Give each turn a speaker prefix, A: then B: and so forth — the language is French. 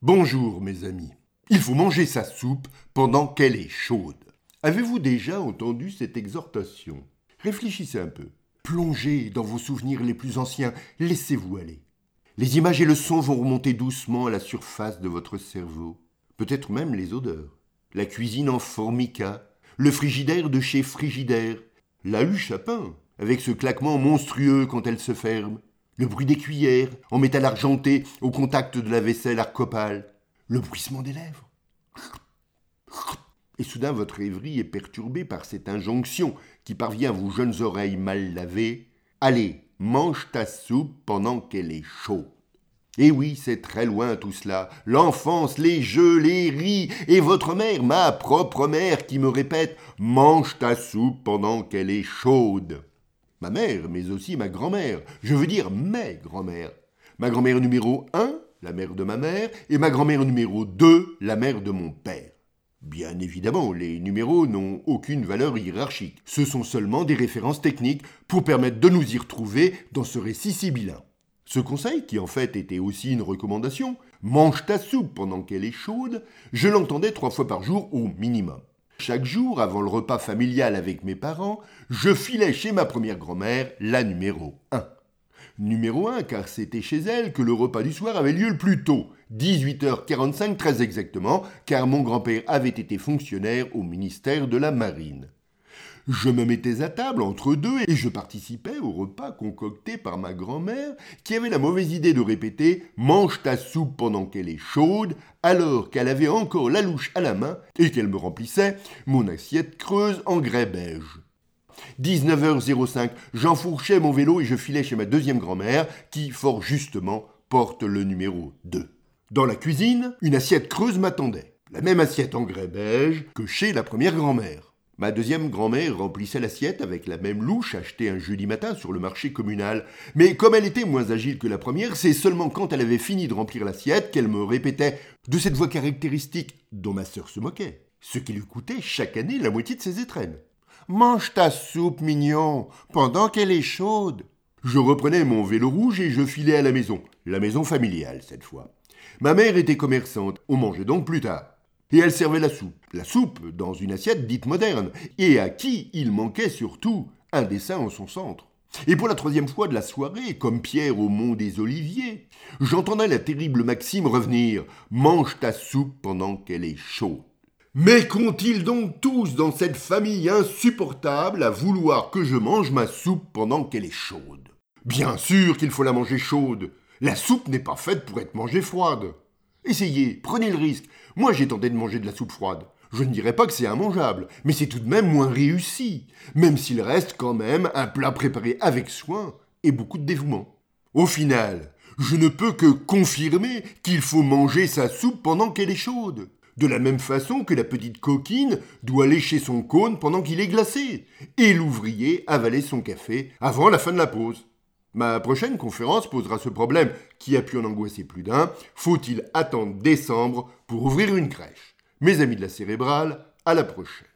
A: Bonjour mes amis. Il faut manger sa soupe pendant qu'elle est chaude. Avez-vous déjà entendu cette exhortation ? Réfléchissez un peu. Plongez dans vos souvenirs les plus anciens. Laissez-vous aller. Les images et le son vont remonter doucement à la surface de votre cerveau. Peut-être même les odeurs. La cuisine en formica, le frigidaire de chez Frigidaire, la huche à pain, avec ce claquement monstrueux quand elle se ferme, le bruit des cuillères en métal argenté au contact de la vaisselle arcopale, le bruissement des lèvres. Et soudain votre rêverie est perturbée par cette injonction qui parvient à vos jeunes oreilles mal lavées. Allez, mange ta soupe pendant qu'elle est chaude. Et oui, c'est très loin tout cela, l'enfance, les jeux, les rires, et votre mère, ma propre mère, qui me répète « Mange ta soupe pendant qu'elle est chaude ». Ma mère, mais aussi ma grand-mère, je veux dire mes grand-mères. Ma grand-mère numéro 1, la mère de ma mère, et ma grand-mère numéro 2, la mère de mon père. Bien évidemment, les numéros n'ont aucune valeur hiérarchique. Ce sont seulement des références techniques pour permettre de nous y retrouver dans ce récit sibyllin. Ce conseil, qui en fait était aussi une recommandation, « mange ta soupe pendant qu'elle est chaude », je l'entendais 3 fois par jour au minimum. Chaque jour, avant le repas familial avec mes parents, je filais chez ma première grand-mère, la numéro 1. Numéro 1, car c'était chez elle que le repas du soir avait lieu le plus tôt, 18h45 très exactement, car mon grand-père avait été fonctionnaire au ministère de la Marine. Je me mettais à table entre deux et je participais au repas concocté par ma grand-mère qui avait la mauvaise idée de répéter « mange ta soupe pendant qu'elle est chaude » alors qu'elle avait encore la louche à la main et qu'elle me remplissait mon assiette creuse en grès beige. 19h05, j'enfourchais mon vélo et je filais chez ma deuxième grand-mère qui, fort justement, porte le numéro 2. Dans la cuisine, une assiette creuse m'attendait, la même assiette en grès beige que chez la première grand-mère. Ma deuxième grand-mère remplissait l'assiette avec la même louche achetée un jeudi matin sur le marché communal. Mais comme elle était moins agile que la première, c'est seulement quand elle avait fini de remplir l'assiette qu'elle me répétait, de cette voix caractéristique dont ma sœur se moquait, ce qui lui coûtait chaque année la moitié de ses étrennes. « Mange ta soupe, mignon, pendant qu'elle est chaude !» Je reprenais mon vélo rouge et je filais à la maison familiale cette fois. Ma mère était commerçante, on mangeait donc plus tard. Et elle servait la soupe dans une assiette dite moderne, et à qui il manquait surtout un dessin en son centre. Et pour la 3e fois de la soirée, comme Pierre au mont des Oliviers, j'entendais la terrible maxime revenir « Mange ta soupe pendant qu'elle est chaude ». Mais qu'ont-ils donc tous dans cette famille insupportable à vouloir que je mange ma soupe pendant qu'elle est chaude ? Bien sûr qu'il faut la manger chaude. La soupe n'est pas faite pour être mangée froide. Essayez, prenez le risque. Moi, j'ai tenté de manger de la soupe froide. Je ne dirais pas que c'est immangeable, mais c'est tout de même moins réussi, même s'il reste quand même un plat préparé avec soin et beaucoup de dévouement. Au final, je ne peux que confirmer qu'il faut manger sa soupe pendant qu'elle est chaude. De la même façon que la petite coquine doit lécher son cône pendant qu'il est glacé, et l'ouvrier avaler son café avant la fin de la pause. Ma prochaine conférence posera ce problème qui a pu en angoisser plus d'un. Faut-il attendre décembre pour ouvrir une crèche ? Mes amis de la cérébrale, à la prochaine.